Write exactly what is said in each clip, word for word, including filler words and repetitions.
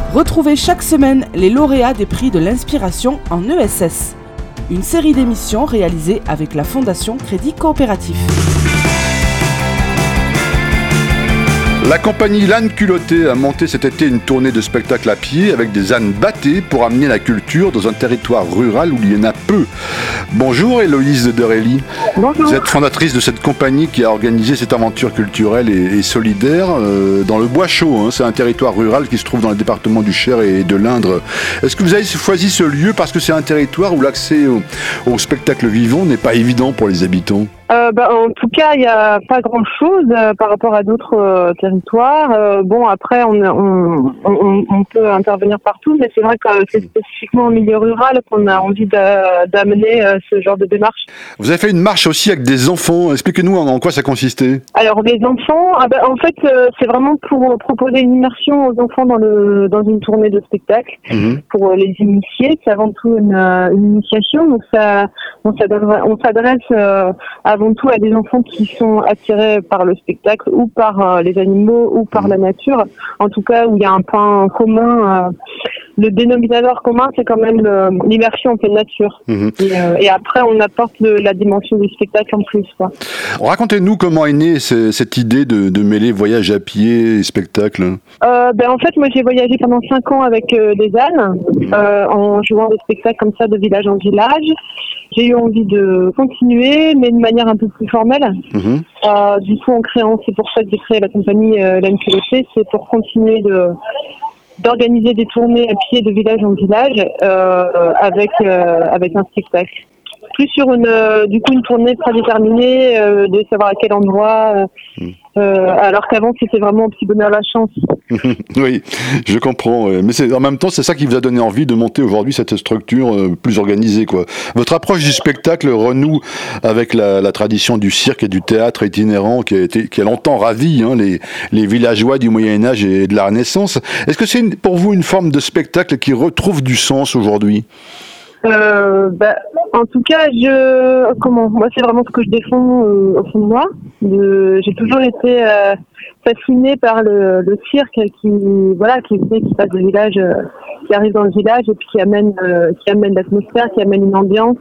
Retrouvez chaque semaine les lauréats des prix de l'inspiration en E S S. Une série d'émissions réalisées avec la Fondation Crédit Coopératif. La compagnie L'Âne Culotté a monté cet été une tournée de spectacles à pied avec des ânes battés pour amener la culture dans un territoire rural où il y en a peu. Bonjour Héloïse Derelli. Bonjour. Vous êtes fondatrice de cette compagnie qui a organisé cette aventure culturelle et, et solidaire euh, dans le Bois Chaud. Hein. C'est un territoire rural qui se trouve dans le département du Cher et de l'Indre. Est-ce que vous avez choisi ce lieu parce que c'est un territoire où l'accès au, au spectacle vivant n'est pas évident pour les habitants ? Euh, bah, en tout cas, il n'y a pas grand-chose euh, par rapport à d'autres euh, territoires. Euh, bon, après, on, on, on, on peut intervenir partout, mais c'est vrai que c'est spécifiquement au milieu rural qu'on a envie de, d'amener euh, ce genre de démarche. Vous avez fait une marche aussi avec des enfants. Expliquez-nous en, en quoi ça consistait. Alors, les enfants, ah bah, en fait, euh, c'est vraiment pour proposer une immersion aux enfants dans, le, dans une tournée de spectacle, mmh. pour les initier. C'est avant tout une, une initiation. Donc, ça, on s'adresse, on s'adresse euh, à avant tout à des enfants qui sont attirés par le spectacle ou par euh, les animaux ou par la nature. En tout cas, où il y a un point commun. Euh, le dénominateur commun, c'est quand même le, l'immersion en pleine nature. Mmh. Et, euh, et après, on apporte le, la dimension du spectacle en plus, quoi. Racontez-nous comment est née c- cette idée de, de mêler voyage à pied et spectacle. Euh, ben, en fait, moi, j'ai voyagé pendant cinq ans avec euh, des ânes, euh, en jouant des spectacles comme ça de village en village. J'ai eu envie de continuer, mais de manière un peu plus formelle. Mmh. Euh, du coup, en créant, c'est pour ça que j'ai créé la compagnie euh, L'Âne Culotté, c'est pour continuer de d'organiser des tournées à pied de village en village euh, avec euh, avec un spectacle. Plus sur une euh, du coup une tournée prédéterminée, euh, de savoir à quel endroit. Euh, mmh. Euh, alors qu'avant c'était vraiment un petit bonheur la chance. Oui, je comprends. Mais c'est, en même temps, c'est ça qui vous a donné envie de monter aujourd'hui cette structure euh, plus organisée, quoi. Votre approche du spectacle renoue avec la, la tradition du cirque et du théâtre itinérant qui a, été, qui a longtemps ravi hein, les, les villageois du Moyen-Âge et de la Renaissance. Est-ce que c'est une, pour vous une forme de spectacle qui retrouve du sens aujourd'hui ? Euh, bah, en tout cas, je, comment, moi, c'est vraiment ce que je défends euh, au fond de moi. De, j'ai toujours été euh, fascinée par le, le cirque qui, voilà, qui, qui passe de village, euh, qui arrive dans le village et puis qui amène, euh, qui amène l'atmosphère, qui amène une ambiance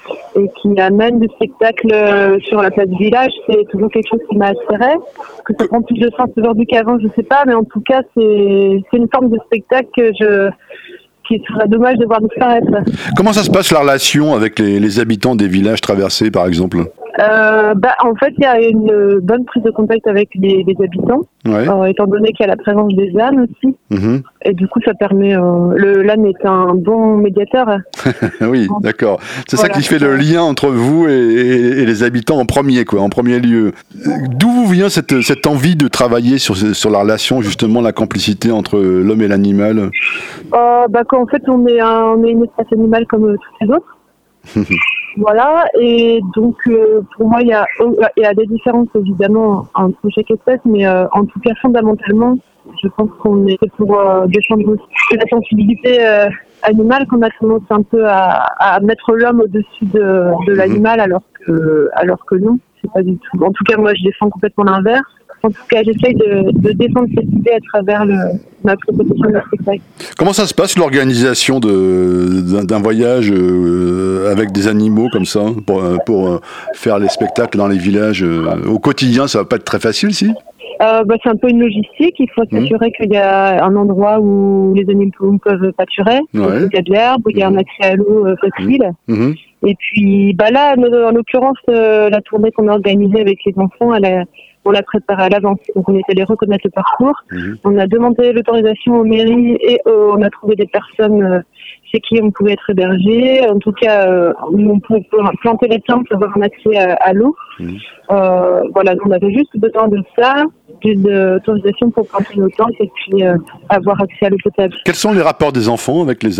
et qui amène du spectacle euh, sur la place du village. C'est toujours quelque chose qui m'a attirée. Que ça prend plus de sens aujourd'hui qu'avant, je sais pas, mais en tout cas, c'est, c'est une forme de spectacle que je qui serait dommage de voir disparaître. Comment ça se passe la relation avec les, les habitants des villages traversés, par exemple ? euh, bah, En fait, il y a une bonne prise de contact avec les, les habitants, ouais. euh, étant donné qu'il y a la présence des ânes aussi. Mmh. Et du coup, ça permet... Euh, le, l'âne est un bon médiateur. Oui, donc, d'accord. C'est voilà, ça qui fait c'est le lien entre vous et, et, et les habitants en premier, quoi, en premier lieu. D'où vous vient cette, cette envie de travailler sur, sur la relation, justement, la complicité entre l'homme et l'animal ? euh, bah, En fait, on est, un, on est une espèce animale comme euh, toutes les autres. Voilà, et donc euh, pour moi, il y a, il y a des différences évidemment entre chaque espèce, mais euh, en tout cas, fondamentalement, je pense qu'on est pour euh, défendre la sensibilité euh, animale, qu'on a tendance un peu à, à mettre l'homme au-dessus de, de l'animal, alors que, alors que non, c'est pas du tout. En tout cas, moi, je défends complètement l'inverse. En tout cas, j'essaye de, de défendre cette idée à travers le, ma proposition de spectacle. Comment ça se passe l'organisation de, d'un, d'un voyage euh, avec des animaux comme ça pour, pour euh, faire les spectacles dans les villages euh, au quotidien? Ça va pas être très facile, si? Euh, bah, c'est un peu une logistique. Il faut s'assurer mmh. qu'il y a un endroit où les animaux peuvent pâturer, ouais. où il y a de l'herbe, où il y a un accès à l'eau euh, facile. Mmh. Et puis, bah là, en l'occurrence, euh, la tournée qu'on a organisée avec les enfants, elle a, on l'a préparée à l'avance. Donc, on est allé reconnaître le parcours. Mmh. On a demandé l'autorisation aux mairies et euh, on a trouvé des personnes euh, chez qui on pouvait être hébergé. En tout cas, euh, on pouvait planter les plantes, avoir un accès à, à l'eau. Mmh. Euh, voilà, on avait juste besoin de ça, d'une autorisation pour planter nos plantes et puis euh, avoir accès à l'eau potable. Quels sont les rapports des enfants avec les ânes ?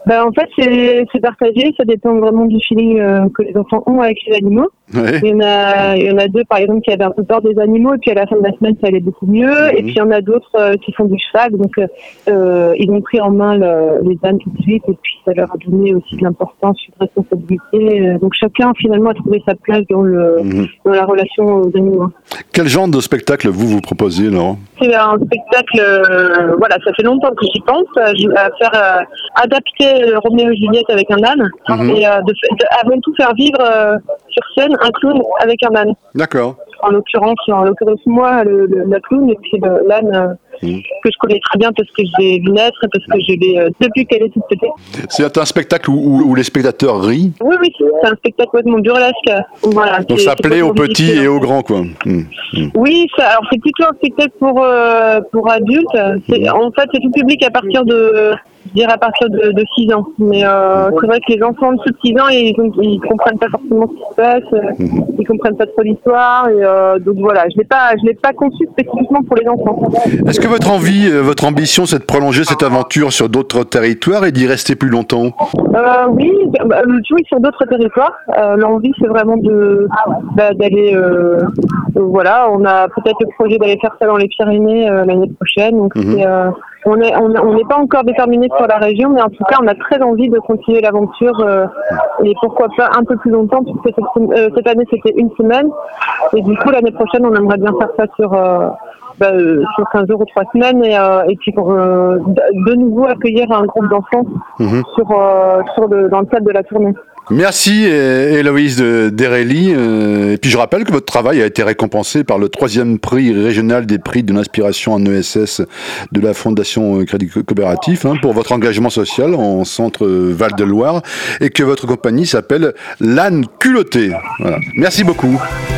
Ben, en fait, c'est, c'est partagé. Ça dépend vraiment du feeling euh, que les enfants ont avec les animaux. Ouais. Il y en a, il y en a deux, par exemple, qui avaient un peu peur des animaux, et puis à la fin de la semaine, ça allait beaucoup mieux. Mmh. Et puis il y en a d'autres euh, qui font du cheval, donc euh, ils ont pris en main le, les ânes tout de suite, et puis ça leur a donné aussi de l'importance, une responsabilité. Donc chacun finalement a trouvé sa place dans le mmh. dans la relation aux animaux. Quel genre de spectacle vous vous proposez, Laurent ? C'est un spectacle, euh, voilà, ça fait longtemps que j'y pense, à faire euh, adapter Roméo et Juliette avec un âne, mmh. et euh, de, de, avant tout faire vivre euh, sur scène un clown avec un âne. D'accord. En l'occurrence, en l'occurrence moi, le, le, la clown, et puis le, l'âne euh, mmh. que je connais très bien parce que je l'ai vu naître et parce que je l'ai euh, depuis qu'elle est toute petite. C'est un spectacle où, où, où les spectateurs rient. Oui, oui, c'est un spectacle complètement burlesque. Voilà, donc ça plaît aux petits et aux grands, quoi. Mmh. Mmh. Oui, ça, alors c'est plutôt un spectacle pour euh, pour adultes. C'est, mmh. En fait, c'est tout public à partir de je dirais à partir de, de six ans. Mais euh, c'est vrai que les enfants en dessous de six ans, ils, ils comprennent pas forcément ce qui se passe, mmh. ils comprennent pas trop l'histoire. Et euh, donc voilà, je l'ai pas, je l'ai pas conçu spécifiquement pour les enfants. Est-ce que votre envie, votre ambition, c'est de prolonger cette aventure sur d'autres territoires et d'y rester plus longtemps ? euh, Oui, bah, oui, sur d'autres territoires. Euh, l'envie, c'est vraiment de bah, d'aller. Euh, euh, voilà, on a peut-être le projet d'aller faire ça dans les Pyrénées euh, l'année prochaine. Donc mmh. c'est, euh, on est, on on n'est pas encore déterminé sur la région, mais en tout cas, on a très envie de continuer l'aventure euh, et pourquoi pas un peu plus longtemps, puisque cette, euh, cette année c'était une semaine, et du coup l'année prochaine, on aimerait bien faire ça sur euh, bah, euh, sur quinze jours ou trois semaines, et, euh, et puis pour euh, de nouveau accueillir un groupe d'enfants mmh. sur euh, sur le dans le cadre de la tournée. Merci Héloïse Derelli. Et puis je rappelle que votre travail a été récompensé par le troisième prix régional des prix de l'inspiration en E S S de la Fondation Crédit Coopératif hein, pour votre engagement social en centre Val-de-Loire et que votre compagnie s'appelle l'âne culotté. Voilà. Merci beaucoup.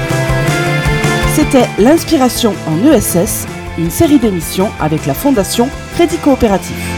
C'était l'inspiration en E S S, une série d'émissions avec la Fondation Crédit Coopératif.